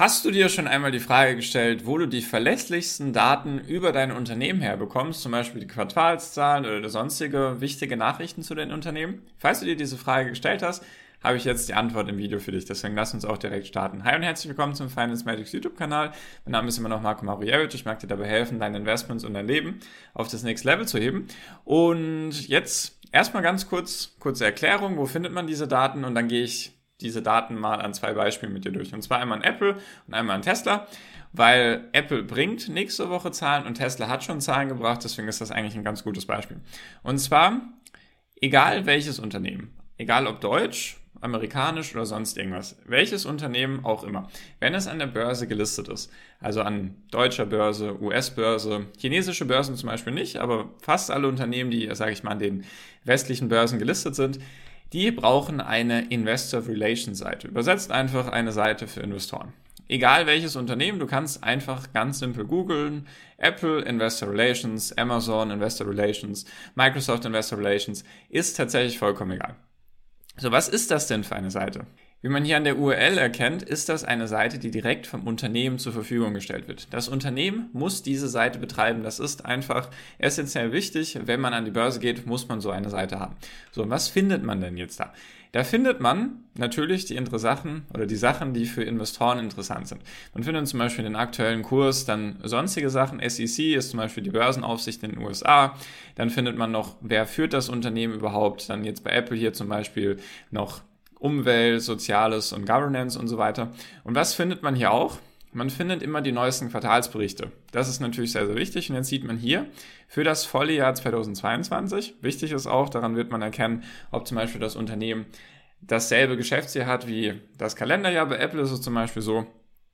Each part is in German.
Hast du dir schon einmal die Frage gestellt, wo du die verlässlichsten Daten über dein Unternehmen herbekommst, zum Beispiel die Quartalszahlen oder sonstige wichtige Nachrichten zu den Unternehmen? Falls du dir diese Frage gestellt hast, habe ich jetzt die Antwort im Video für dich, deswegen lass uns auch direkt starten. Hi und herzlich willkommen zum Finance Magics YouTube-Kanal. Mein Name ist immer noch Marco Marujewicz. Ich mag dir dabei helfen, deine Investments und dein Leben auf das Next Level zu heben. Und jetzt erstmal ganz kurze Erklärung, wo findet man diese Daten, und dann gehe ich diese Daten mal an zwei Beispielen mit dir durch. Und zwar einmal an Apple und einmal an Tesla, weil Apple bringt nächste Woche Zahlen und Tesla hat schon Zahlen gebracht, deswegen ist das eigentlich ein ganz gutes Beispiel. Und zwar, egal welches Unternehmen, egal ob deutsch, amerikanisch oder sonst irgendwas, welches Unternehmen auch immer, wenn es an der Börse gelistet ist, also an deutscher Börse, US-Börse, chinesische Börsen zum Beispiel nicht, aber fast alle Unternehmen, die, sage ich mal, an den westlichen Börsen gelistet sind, die brauchen eine Investor Relations Seite. Übersetzt einfach eine Seite für Investoren. Egal welches Unternehmen, du kannst einfach ganz simpel googeln. Apple Investor Relations, Amazon Investor Relations, Microsoft Investor Relations, ist tatsächlich vollkommen egal. So, was ist das denn für eine Seite? Wie man hier an der URL erkennt, ist das eine Seite, die direkt vom Unternehmen zur Verfügung gestellt wird. Das Unternehmen muss diese Seite betreiben. Das ist einfach essentiell wichtig. Wenn man an die Börse geht, muss man so eine Seite haben. So, und was findet man denn jetzt da? Da findet man natürlich die Sachen, die für Investoren interessant sind. Man findet zum Beispiel den aktuellen Kurs, dann sonstige Sachen. SEC ist zum Beispiel die Börsenaufsicht in den USA. Dann findet man noch, wer führt das Unternehmen überhaupt. Dann jetzt bei Apple hier zum Beispiel noch Umwelt, Soziales und Governance und so weiter. Und was findet man hier auch? Man findet immer die neuesten Quartalsberichte. Das ist natürlich sehr, sehr wichtig. Und jetzt sieht man hier für das volle Jahr 2022, wichtig ist auch, daran wird man erkennen, ob zum Beispiel das Unternehmen dasselbe Geschäftsjahr hat wie das Kalenderjahr. Bei Apple ist es zum Beispiel so,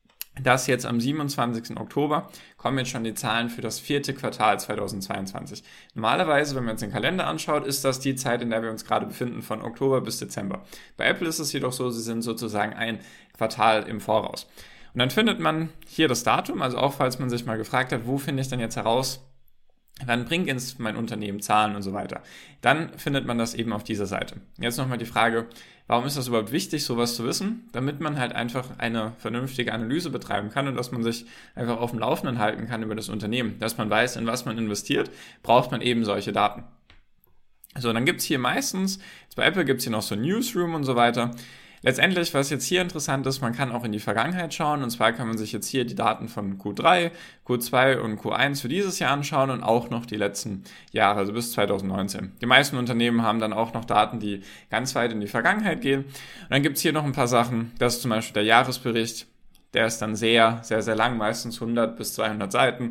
dass jetzt am 27. Oktober kommen jetzt schon die Zahlen für das vierte Quartal 2022. Normalerweise, wenn man jetzt den Kalender anschaut, ist das die Zeit, in der wir uns gerade befinden, von Oktober bis Dezember. Bei Apple ist es jedoch so, sie sind sozusagen ein Quartal im Voraus. Und dann findet man hier das Datum, also auch falls man sich mal gefragt hat, wo finde ich denn jetzt heraus, wann bringt jetzt mein Unternehmen Zahlen und so weiter. Dann findet man das eben auf dieser Seite. Jetzt nochmal die Frage, warum ist das überhaupt wichtig, sowas zu wissen? Damit man halt einfach eine vernünftige Analyse betreiben kann und dass man sich einfach auf dem Laufenden halten kann über das Unternehmen. Dass man weiß, in was man investiert, braucht man eben solche Daten. So, dann gibt es hier meistens, jetzt bei Apple gibt es hier noch so ein Newsroom und so weiter. Letztendlich, was jetzt hier interessant ist, man kann auch in die Vergangenheit schauen, und zwar kann man sich jetzt hier die Daten von Q3, Q2 und Q1 für dieses Jahr anschauen und auch noch die letzten Jahre, also bis 2019. Die meisten Unternehmen haben dann auch noch Daten, die ganz weit in die Vergangenheit gehen. Und dann gibt es hier noch ein paar Sachen, das ist zum Beispiel der Jahresbericht, der ist dann sehr, sehr, sehr lang, meistens 100 bis 200 Seiten.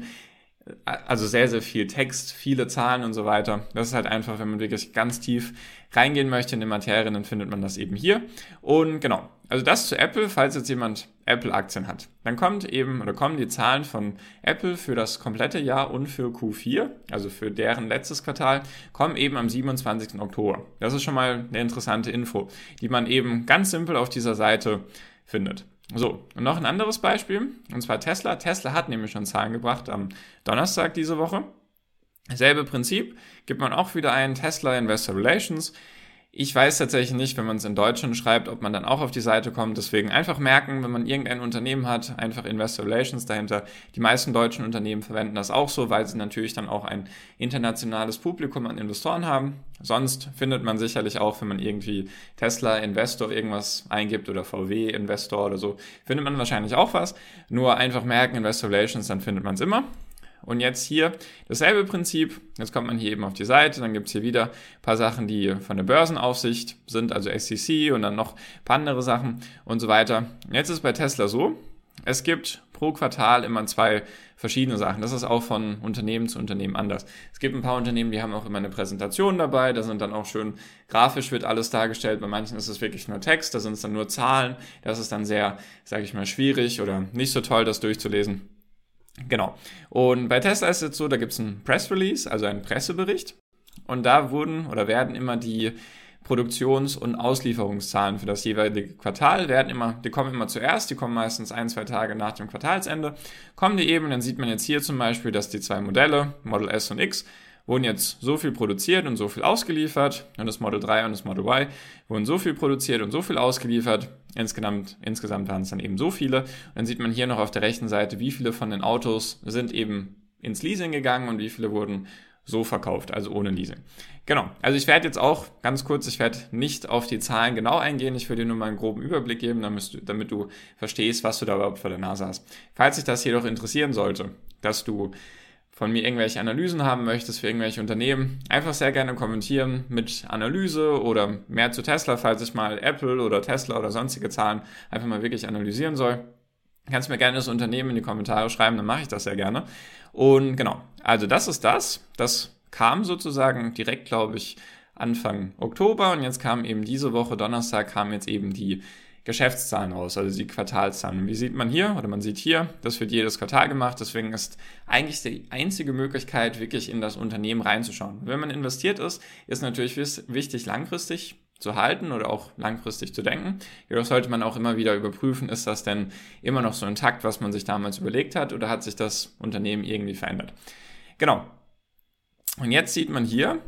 Also sehr, sehr viel Text, viele Zahlen und so weiter. Das ist halt einfach, wenn man wirklich ganz tief reingehen möchte in die Materie, dann findet man das eben hier. Und genau, also das zu Apple, falls jetzt jemand Apple-Aktien hat. Dann kommen die Zahlen von Apple für das komplette Jahr und für Q4, also für deren letztes Quartal, kommen eben am 27. Oktober. Das ist schon mal eine interessante Info, die man eben ganz simpel auf dieser Seite findet. So, und noch ein anderes Beispiel, und zwar Tesla. Tesla hat nämlich schon Zahlen gebracht am Donnerstag diese Woche. Selbe Prinzip, gibt man auch wieder ein Tesla Investor Relations. Ich weiß tatsächlich nicht, wenn man es in Deutschland schreibt, ob man dann auch auf die Seite kommt. Deswegen einfach merken, wenn man irgendein Unternehmen hat, einfach Investor Relations dahinter. Die meisten deutschen Unternehmen verwenden das auch so, weil sie natürlich dann auch ein internationales Publikum an Investoren haben. Sonst findet man sicherlich auch, wenn man irgendwie Tesla Investor irgendwas eingibt oder VW Investor oder so, findet man wahrscheinlich auch was. Nur einfach merken, Investor Relations, dann findet man es immer. Und jetzt hier dasselbe Prinzip, jetzt kommt man hier eben auf die Seite, dann gibt es hier wieder ein paar Sachen, die von der Börsenaufsicht sind, also SEC und dann noch ein paar andere Sachen und so weiter. Jetzt ist bei Tesla so, es gibt pro Quartal immer 2 verschiedene Sachen. Das ist auch von Unternehmen zu Unternehmen anders. Es gibt ein paar Unternehmen, die haben auch immer eine Präsentation dabei, da sind dann auch schön grafisch wird alles dargestellt. Bei manchen ist es wirklich nur Text, da sind es dann nur Zahlen. Das ist dann sehr, sage ich mal, schwierig oder nicht so toll, das durchzulesen. Genau. Und bei Tesla ist es jetzt so, da gibt es einen Press Release, also einen Pressebericht. Und da werden immer die Produktions- und Auslieferungszahlen für das jeweilige Quartal die kommen immer zuerst, die kommen meistens 1-2 Tage nach dem Quartalsende, kommen die eben, und dann sieht man jetzt hier zum Beispiel, dass die 2 Modelle, Model S und X, wurden jetzt so viel produziert und so viel ausgeliefert und das Model 3 und das Model Y wurden so viel produziert und so viel ausgeliefert. Insgesamt waren es dann eben so viele. Und dann sieht man hier noch auf der rechten Seite, wie viele von den Autos sind eben ins Leasing gegangen und wie viele wurden so verkauft, also ohne Leasing. Genau, also ich werde jetzt auch ganz kurz, ich werde nicht auf die Zahlen genau eingehen, ich will dir nur mal einen groben Überblick geben, damit du verstehst, was du da überhaupt vor der Nase hast. Falls dich das jedoch interessieren sollte, dass du von mir irgendwelche Analysen haben möchtest für irgendwelche Unternehmen, einfach sehr gerne kommentieren mit Analyse oder mehr zu Tesla, falls ich mal Apple oder Tesla oder sonstige Zahlen einfach mal wirklich analysieren soll. Kannst mir gerne das Unternehmen in die Kommentare schreiben, dann mache ich das sehr gerne. Und genau, also das ist das. Das kam sozusagen direkt, glaube ich, Anfang Oktober und jetzt kam eben diese Woche, Donnerstag, kamen jetzt eben die Geschäftszahlen raus, also die Quartalszahlen. Und wie sieht man hier, oder man sieht hier, das wird jedes Quartal gemacht, deswegen ist eigentlich die einzige Möglichkeit, wirklich in das Unternehmen reinzuschauen. Wenn man investiert ist, ist natürlich wichtig, langfristig zu halten oder auch langfristig zu denken. Jedoch sollte man auch immer wieder überprüfen, ist das denn immer noch so intakt, was man sich damals überlegt hat, oder hat sich das Unternehmen irgendwie verändert. Genau. Und jetzt sieht man hier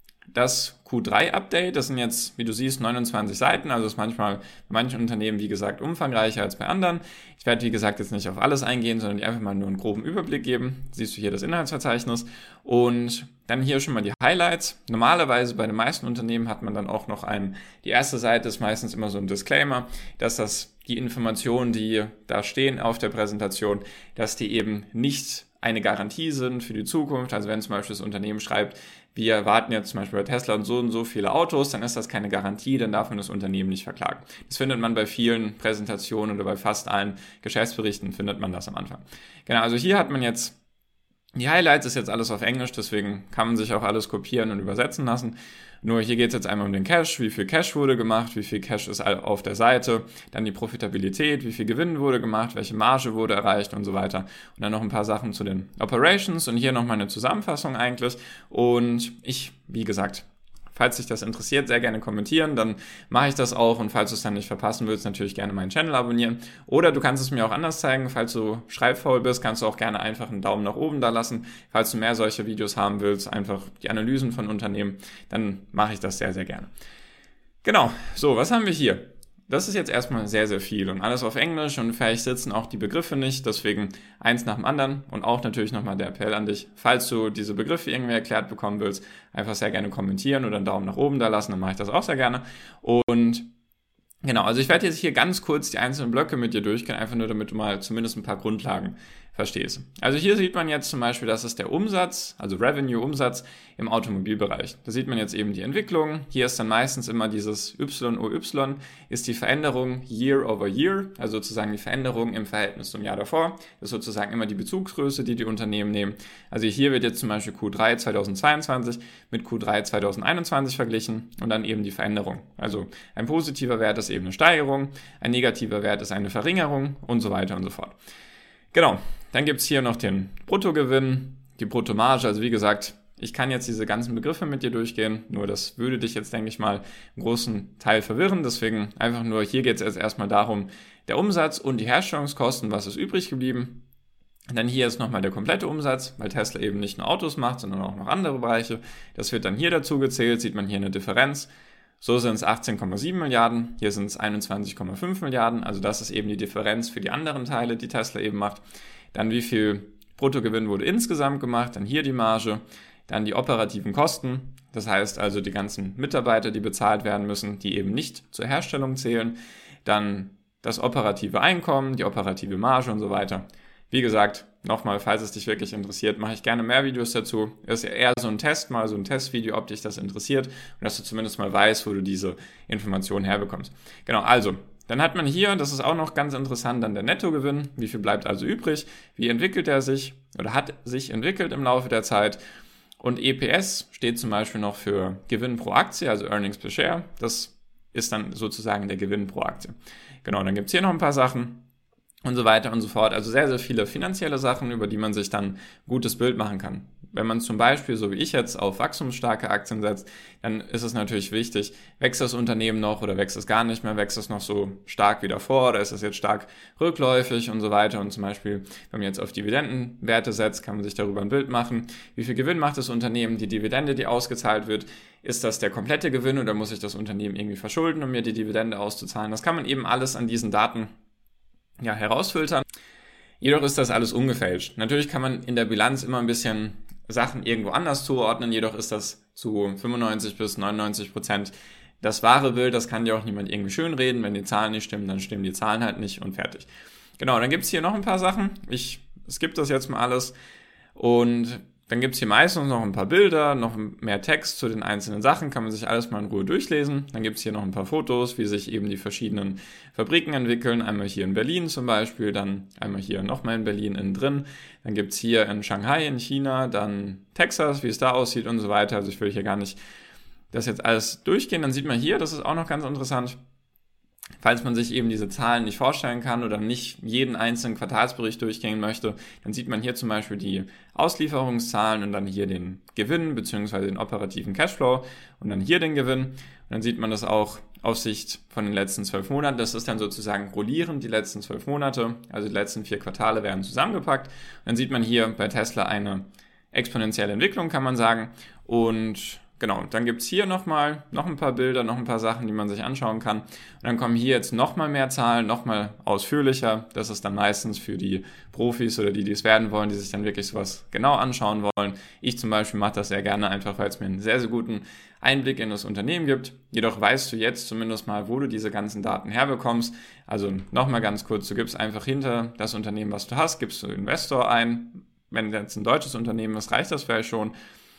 das Q3-Update. Das sind jetzt, wie du siehst, 29 Seiten, also ist manchmal bei manchen Unternehmen, wie gesagt, umfangreicher als bei anderen. Ich werde, wie gesagt, jetzt nicht auf alles eingehen, sondern dir einfach mal nur einen groben Überblick geben. Siehst du hier das Inhaltsverzeichnis und dann hier schon mal die Highlights. Normalerweise bei den meisten Unternehmen hat man dann auch noch die erste Seite ist meistens immer so ein Disclaimer, dass die Informationen, die da stehen auf der Präsentation, dass die eben nicht eine Garantie sind für die Zukunft. Also wenn zum Beispiel das Unternehmen schreibt, wir erwarten jetzt zum Beispiel bei Tesla und so viele Autos, dann ist das keine Garantie, dann darf man das Unternehmen nicht verklagen. Das findet man bei vielen Präsentationen oder bei fast allen Geschäftsberichten findet man das am Anfang. Genau, also hier hat man jetzt die Highlights, ist jetzt alles auf Englisch, deswegen kann man sich auch alles kopieren und übersetzen lassen. Nur hier geht es jetzt einmal um den Cash, wie viel Cash wurde gemacht, wie viel Cash ist auf der Seite, dann die Profitabilität, wie viel Gewinn wurde gemacht, welche Marge wurde erreicht und so weiter. Und dann noch ein paar Sachen zu den Operations und hier nochmal eine Zusammenfassung eigentlich. Und ich, wie gesagt, falls dich das interessiert, sehr gerne kommentieren, dann mache ich das auch und falls du es dann nicht verpassen willst, natürlich gerne meinen Channel abonnieren. Oder du kannst es mir auch anders zeigen, falls du schreibfaul bist, kannst du auch gerne einfach einen Daumen nach oben da lassen. Falls du mehr solche Videos haben willst, einfach die Analysen von Unternehmen, dann mache ich das sehr, sehr gerne. Genau, so, was haben wir hier? Das ist jetzt erstmal sehr, sehr viel und alles auf Englisch und vielleicht sitzen auch die Begriffe nicht, deswegen eins nach dem anderen und auch natürlich nochmal der Appell an dich, falls du diese Begriffe irgendwie erklärt bekommen willst, einfach sehr gerne kommentieren oder einen Daumen nach oben da lassen, dann mache ich das auch sehr gerne. Und genau, also ich werde jetzt hier ganz kurz die einzelnen Blöcke mit dir durchgehen, einfach nur damit du mal zumindest ein paar Grundlagen verstehst. Also hier sieht man jetzt zum Beispiel, das ist der Umsatz, also Revenue-Umsatz im Automobilbereich. Da sieht man jetzt eben die Entwicklung. Hier ist dann meistens immer dieses YOY, ist die Veränderung Year over Year, also sozusagen die Veränderung im Verhältnis zum Jahr davor. Das ist sozusagen immer die Bezugsgröße, die Unternehmen nehmen. Also hier wird jetzt zum Beispiel Q3 2022 mit Q3 2021 verglichen und dann eben die Veränderung. Also ein positiver Wert ist eben eine Steigerung, ein negativer Wert ist eine Verringerung und so weiter und so fort. Genau, dann gibt es hier noch den Bruttogewinn, die Bruttomarge, also wie gesagt, ich kann jetzt diese ganzen Begriffe mit dir durchgehen, nur das würde dich jetzt, denke ich mal, im großen Teil verwirren, deswegen einfach nur, hier geht es jetzt erstmal darum, der Umsatz und die Herstellungskosten, was ist übrig geblieben. Dann hier ist nochmal der komplette Umsatz, weil Tesla eben nicht nur Autos macht, sondern auch noch andere Bereiche. Das wird dann hier dazu gezählt, sieht man hier eine Differenz. So sind es 18,7 Milliarden, hier sind es 21,5 Milliarden, also das ist eben die Differenz für die anderen Teile, die Tesla eben macht. Dann wie viel Bruttogewinn wurde insgesamt gemacht, dann hier die Marge, dann die operativen Kosten, das heißt also die ganzen Mitarbeiter, die bezahlt werden müssen, die eben nicht zur Herstellung zählen, dann das operative Einkommen, die operative Marge und so weiter. Wie gesagt, nochmal, falls es dich wirklich interessiert, mache ich gerne mehr Videos dazu. Das ist ja eher so ein Test, mal so ein Testvideo, ob dich das interessiert und dass du zumindest mal weißt, wo du diese Informationen herbekommst. Genau, also, dann hat man hier, das ist auch noch ganz interessant, dann der Nettogewinn. Wie viel bleibt also übrig? Wie entwickelt er sich oder hat sich entwickelt im Laufe der Zeit? Und EPS steht zum Beispiel noch für Gewinn pro Aktie, also Earnings per Share. Das ist dann sozusagen der Gewinn pro Aktie. Genau, dann gibt es hier noch ein paar Sachen. Und so weiter und so fort. Also sehr, sehr viele finanzielle Sachen, über die man sich dann ein gutes Bild machen kann. wenn man zum Beispiel, so wie ich jetzt, auf wachstumsstarke Aktien setzt, dann ist es natürlich wichtig, wächst das Unternehmen noch oder wächst es gar nicht mehr, wächst es noch so stark wie davor oder ist es jetzt stark rückläufig und so weiter. Und zum Beispiel, wenn man jetzt auf Dividendenwerte setzt, kann man sich darüber ein Bild machen, wie viel Gewinn macht das Unternehmen, die Dividende, die ausgezahlt wird, ist das der komplette Gewinn oder muss ich das Unternehmen irgendwie verschulden, um mir die Dividende auszuzahlen? Das kann man eben alles an diesen Daten herausfiltern. Jedoch ist das alles ungefälscht. Natürlich kann man in der Bilanz immer ein bisschen Sachen irgendwo anders zuordnen, jedoch ist das zu 95 bis 99% das wahre Bild. Das kann dir auch niemand irgendwie schönreden. Wenn die Zahlen nicht stimmen, dann stimmen die Zahlen halt nicht und fertig. Genau, dann gibt es hier noch ein paar Sachen. Ich skippe das jetzt mal alles und dann gibt es hier meistens noch ein paar Bilder, noch mehr Text zu den einzelnen Sachen, kann man sich alles mal in Ruhe durchlesen. Dann gibt es hier noch ein paar Fotos, wie sich eben die verschiedenen Fabriken entwickeln. Einmal hier in Berlin zum Beispiel, dann einmal hier nochmal in Berlin innen drin. Dann gibt es hier in Shanghai in China, dann Texas, wie es da aussieht und so weiter. Also ich will hier gar nicht das jetzt alles durchgehen. Dann sieht man hier, das ist auch noch ganz interessant, falls man sich eben diese Zahlen nicht vorstellen kann oder nicht jeden einzelnen Quartalsbericht durchgehen möchte, dann sieht man hier zum Beispiel die Auslieferungszahlen und dann hier den Gewinn bzw. den operativen Cashflow und dann hier den Gewinn. Und dann sieht man das auch auf Sicht von den letzten 12 Monaten. Das ist dann sozusagen rollierend, die letzten 12 Monate, also die letzten 4 Quartale werden zusammengepackt. Und dann sieht man hier bei Tesla eine exponentielle Entwicklung, kann man sagen. Und genau, dann gibt es hier noch ein paar Bilder, noch ein paar Sachen, die man sich anschauen kann. Und dann kommen hier jetzt nochmal mehr Zahlen, nochmal ausführlicher. Das ist dann meistens für die Profis oder die es werden wollen, die sich dann wirklich sowas genau anschauen wollen. Ich zum Beispiel mache das sehr gerne, einfach weil es mir einen sehr, sehr guten Einblick in das Unternehmen gibt. Jedoch weißt du jetzt zumindest mal, wo du diese ganzen Daten herbekommst. Also nochmal ganz kurz, du gibst einfach hinter das Unternehmen, was du hast, gibst du Investor ein. Wenn jetzt ein deutsches Unternehmen ist, reicht das vielleicht schon.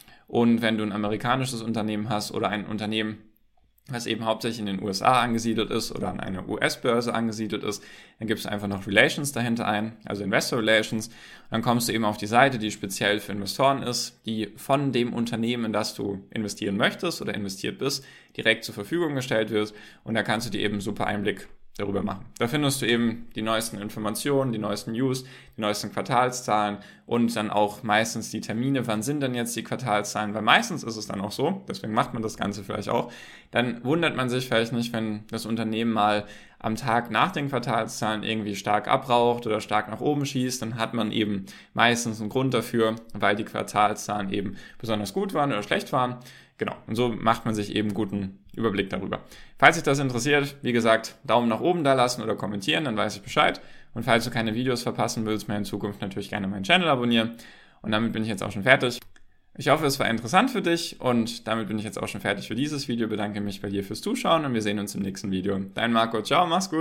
Und wenn du ein amerikanisches Unternehmen hast oder ein Unternehmen, was eben hauptsächlich in den USA angesiedelt ist oder an einer US-Börse angesiedelt ist, dann gibst du einfach noch Relations dahinter ein, also Investor Relations. Und dann kommst du eben auf die Seite, die speziell für Investoren ist, die von dem Unternehmen, in das du investieren möchtest oder investiert bist, direkt zur Verfügung gestellt wird. Und da kannst du dir eben einen super Einblick darüber machen. Da findest du eben die neuesten Informationen, die neuesten News, die neuesten Quartalszahlen und dann auch meistens die Termine, wann sind denn jetzt die Quartalszahlen, weil meistens ist es dann auch so, deswegen macht man das Ganze vielleicht auch, dann wundert man sich vielleicht nicht, wenn das Unternehmen mal am Tag nach den Quartalszahlen irgendwie stark abraucht oder stark nach oben schießt, dann hat man eben meistens einen Grund dafür, weil die Quartalszahlen eben besonders gut waren oder schlecht waren. Genau, und so macht man sich eben guten Überblick darüber. Falls dich das interessiert, wie gesagt, Daumen nach oben da lassen oder kommentieren, dann weiß ich Bescheid. Und falls du keine Videos verpassen willst, mir in Zukunft natürlich gerne meinen Channel abonnieren. Und damit bin ich jetzt auch schon fertig. Ich hoffe, es war interessant für dich und damit bin ich jetzt auch schon fertig für dieses Video. Bedanke mich bei dir fürs Zuschauen und wir sehen uns im nächsten Video. Dein Marco, ciao, mach's gut.